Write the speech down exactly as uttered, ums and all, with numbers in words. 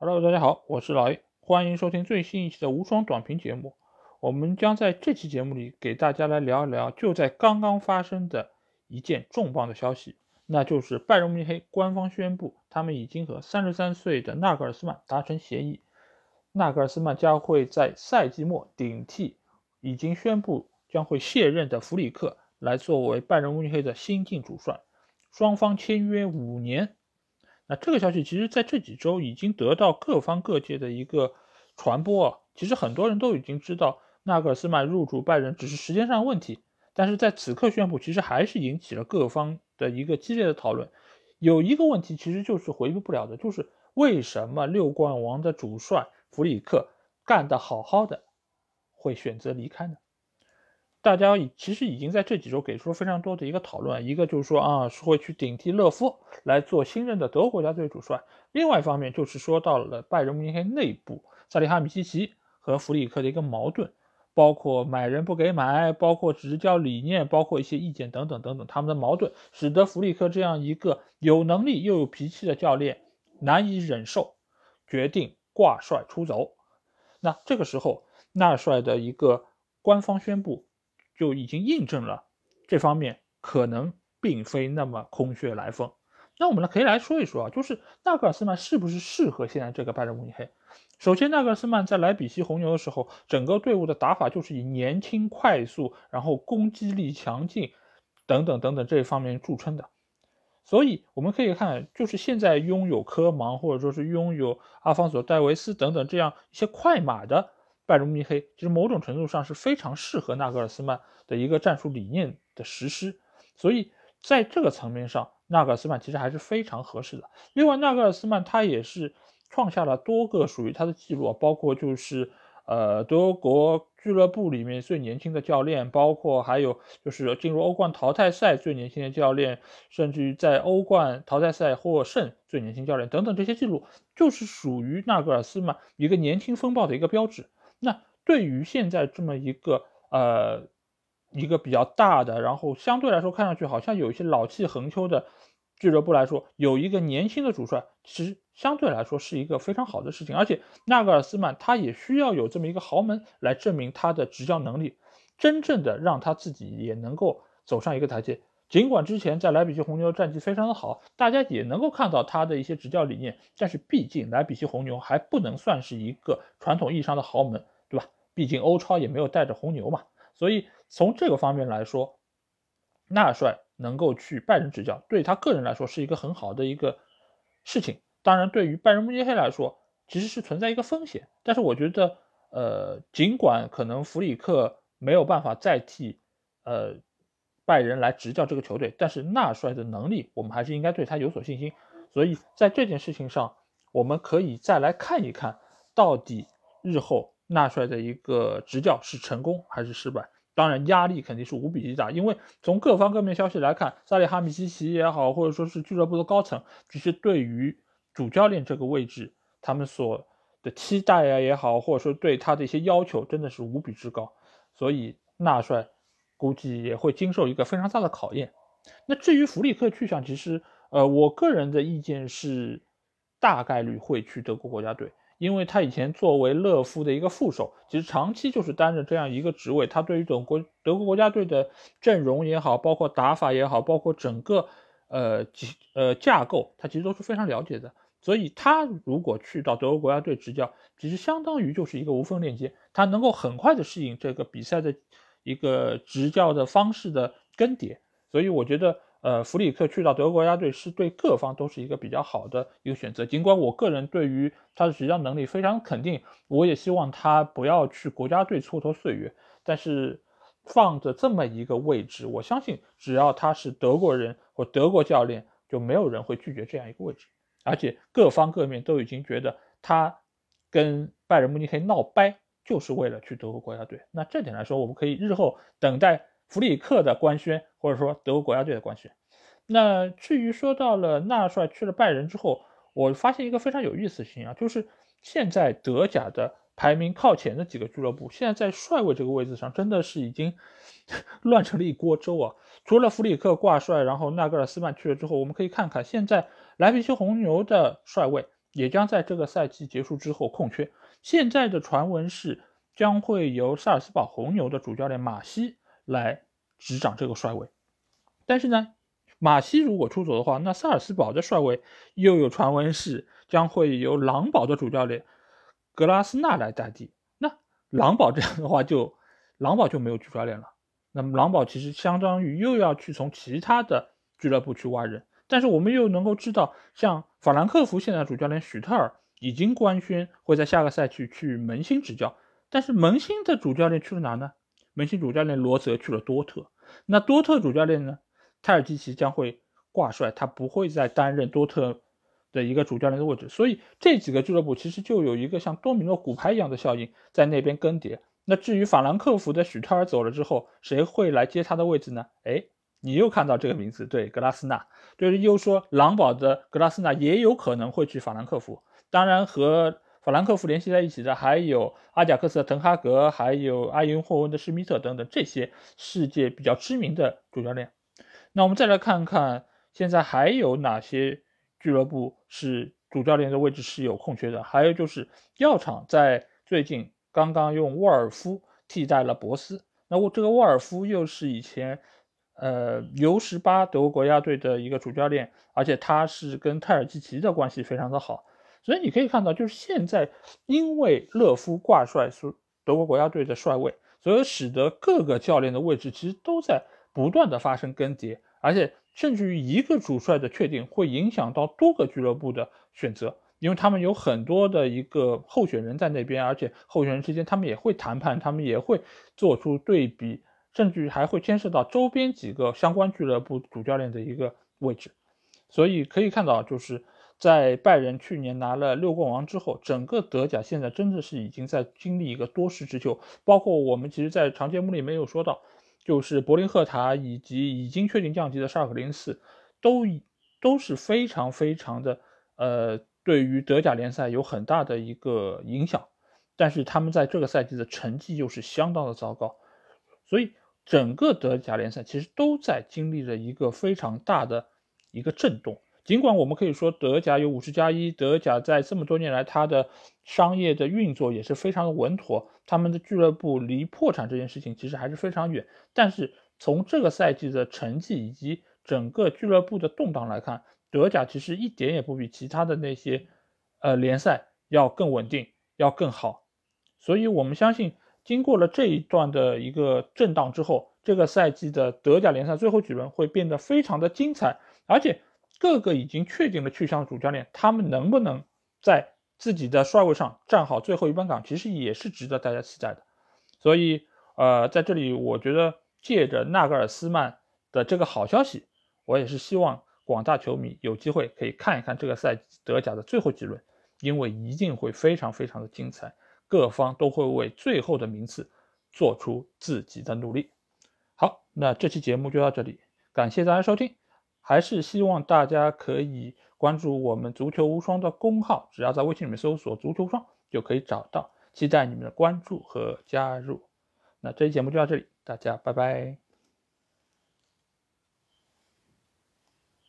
Hello，大家好，我是老 A，欢迎收听最新一期的无双短评节目。我们将在这期节目里给大家来聊一聊就在刚刚发生的一件重磅的消息，那就是拜仁慕尼黑官方宣布，他们已经和三十三岁的纳格尔斯曼达成协议，纳格尔斯曼将会在赛季末顶替已经宣布将会卸任的弗里克，来作为拜仁慕尼黑的新晋主帅，双方签约五年。那这个消息其实在这几周已经得到各方各界的一个传播啊，其实很多人都已经知道纳格尔斯曼入主拜仁只是时间上问题，但是在此刻宣布，其实还是引起了各方的一个激烈的讨论。有一个问题其实就是回避不了的，就是为什么六冠王的主帅弗里克干得好好的会选择离开呢？大家其实已经在这几周给出了非常多的一个讨论，一个就是说啊，是会去顶替勒夫来做新任的德国国家队主帅；另外一方面就是说到了拜仁慕尼黑内部，萨利哈米西奇和弗里克的一个矛盾，包括买人不给买，包括执教理念，包括一些意见等等等等，他们的矛盾使得弗里克这样一个有能力又有脾气的教练难以忍受，决定挂帅出走。那这个时候，纳帅的一个官方宣布就已经印证了这方面可能并非那么空穴来风。那我们呢可以来说一说啊，就是纳格尔斯曼是不是适合现在这个拜仁慕尼黑？首先，纳格尔斯曼在莱比锡红牛的时候，整个队伍的打法就是以年轻、快速，然后攻击力强劲等等等等这一方面著称的。所以我们可以看，就是现在拥有科芒或者说是拥有阿方索·戴维斯等等这样一些快马的拜仁慕尼黑，其实某种程度上是非常适合纳格尔斯曼的一个战术理念的实施。所以在这个层面上，纳格尔斯曼其实还是非常合适的。另外，纳格尔斯曼他也是创下了多个属于他的记录，包括就是呃，德国俱乐部里面最年轻的教练，包括还有就是进入欧冠淘汰赛最年轻的教练，甚至于在欧冠淘汰赛获胜最年轻教练等等这些记录，就是属于纳格尔斯曼一个年轻风暴的一个标志。那对于现在这么一个呃一个比较大的，然后相对来说看上去好像有一些老气横秋的俱乐部来说，有一个年轻的主帅，其实相对来说是一个非常好的事情。而且纳格尔斯曼他也需要有这么一个豪门来证明他的执教能力，真正的让他自己也能够走上一个台阶。尽管之前在莱比锡红牛战绩非常的好，大家也能够看到他的一些执教理念，但是毕竟莱比锡红牛还不能算是一个传统意义上的豪门，对吧？毕竟欧超也没有带着红牛嘛。所以从这个方面来说，纳帅能够去拜仁执教，对他个人来说是一个很好的一个事情。当然，对于拜仁慕尼黑来说，其实是存在一个风险。但是我觉得，呃，尽管可能弗里克没有办法再替呃拜仁来执教这个球队，但是纳帅的能力，我们还是应该对他有所信心。所以在这件事情上，我们可以再来看一看，到底日后纳帅的一个执教是成功还是失败。当然，压力肯定是无比之大，因为从各方各面消息来看，萨利哈米西奇也好，或者说是俱乐部的高层，其实对于主教练这个位置，他们所的期待啊也好，或者说对他的一些要求，真的是无比之高，所以纳帅估计也会经受一个非常大的考验。那至于弗里克去向，其实呃，我个人的意见是，大概率会去德国国家队。因为他以前作为勒夫的一个副手，其实长期就是担任这样一个职位，他对于德国德国国家队的阵容也好，包括打法也好，包括整个呃呃架构，他其实都是非常了解的。所以他如果去到德国国家队执教，其实相当于就是一个无缝链接，他能够很快的适应这个比赛的一个执教的方式的更迭。所以我觉得，呃，弗里克去到德国国家队是对各方都是一个比较好的一个选择。尽管我个人对于他的执教能力非常肯定，我也希望他不要去国家队蹉跎岁月。但是放着这么一个位置，我相信只要他是德国人或德国教练，就没有人会拒绝这样一个位置。而且各方各面都已经觉得他跟拜仁慕尼黑闹掰，就是为了去德国国家队。那这点来说，我们可以日后等待弗里克的官宣，或者说德国国家队的官宣。那至于说到了纳帅去了拜仁之后，我发现一个非常有意思的事情啊，就是现在德甲的排名靠前的几个俱乐部，现在在帅位这个位置上真的是已经乱成了一锅粥啊。除了弗里克挂帅，然后纳格尔斯曼去了之后，我们可以看看现在莱比锡红牛的帅位也将在这个赛季结束之后空缺。现在的传闻是将会由萨尔斯堡红牛的主教练马西来执掌这个帅位。但是呢，马西如果出走的话，那萨尔斯堡的帅位又有传闻是将会由狼堡的主教练格拉斯纳来代替。那狼堡这样的话就狼堡就没有主教练了，那么狼堡其实相当于又要去从其他的俱乐部去挖人。但是我们又能够知道，像法兰克福现在的主教练许特尔已经官宣会在下个赛季去门兴执教，但是门兴的主教练去了哪呢？门兴主教练罗泽去了多特。那多特主教练呢，泰尔基奇将会挂帅，他不会再担任多特的一个主教练的位置。所以这几个俱乐部其实就有一个像多米诺骨牌一样的效应在那边更迭。那至于法兰克福的许特尔走了之后，谁会来接他的位置呢？诶，你又看到这个名字，对，格拉斯纳，就是又说狼堡的格拉斯纳也有可能会去法兰克福。当然和法兰克福联系在一起的还有阿贾克斯的滕哈格，还有阿因霍温的施密特等等这些世界比较知名的主教练。那我们再来看看现在还有哪些俱乐部是主教练的位置是有空缺的。还有就是药厂在最近刚刚用沃尔夫替代了博斯，那这个沃尔夫又是以前呃 U 十八 德国国家队的一个主教练，而且他是跟泰尔基奇的关系非常的好。所以你可以看到，就是现在因为勒夫挂帅德国国家队的帅位，所以使得各个教练的位置其实都在不断的发生更迭，而且甚至于一个主帅的确定会影响到多个俱乐部的选择，因为他们有很多的一个候选人在那边，而且候选人之间他们也会谈判，他们也会做出对比，甚至于还会牵涉到周边几个相关俱乐部主教练的一个位置。所以可以看到，就是在拜仁去年拿了六冠王之后，整个德甲现在真的是已经在经历一个多事之秋。包括我们其实在长节目里没有说到，就是柏林赫塔以及已经确定降级的沙尔克零四都都是非常非常的呃对于德甲联赛有很大的一个影响，但是他们在这个赛季的成绩又是相当的糟糕。所以整个德甲联赛其实都在经历着一个非常大的一个震动。尽管我们可以说德甲有五十加一，德甲在这么多年来它的商业的运作也是非常的稳妥，他们的俱乐部离破产这件事情其实还是非常远。但是从这个赛季的成绩以及整个俱乐部的动荡来看，德甲其实一点也不比其他的那些呃联赛要更稳定，要更好。所以我们相信经过了这一段的一个震荡之后，这个赛季的德甲联赛最后几轮会变得非常的精彩，而且各个已经确定了去向的主教练，他们能不能在自己的帅位上站好最后一班岗，其实也是值得大家期待的。所以呃，在这里我觉得借着纳格尔斯曼的这个好消息，我也是希望广大球迷有机会可以看一看这个赛季德甲的最后几轮，因为一定会非常非常的精彩，各方都会为最后的名次做出自己的努力。好，那这期节目就到这里，感谢大家收听，还是希望大家可以关注我们足球无双的公号，只要在微信里面搜索足球无双就可以找到，期待你们的关注和加入。那这期节目就到这里，大家拜拜。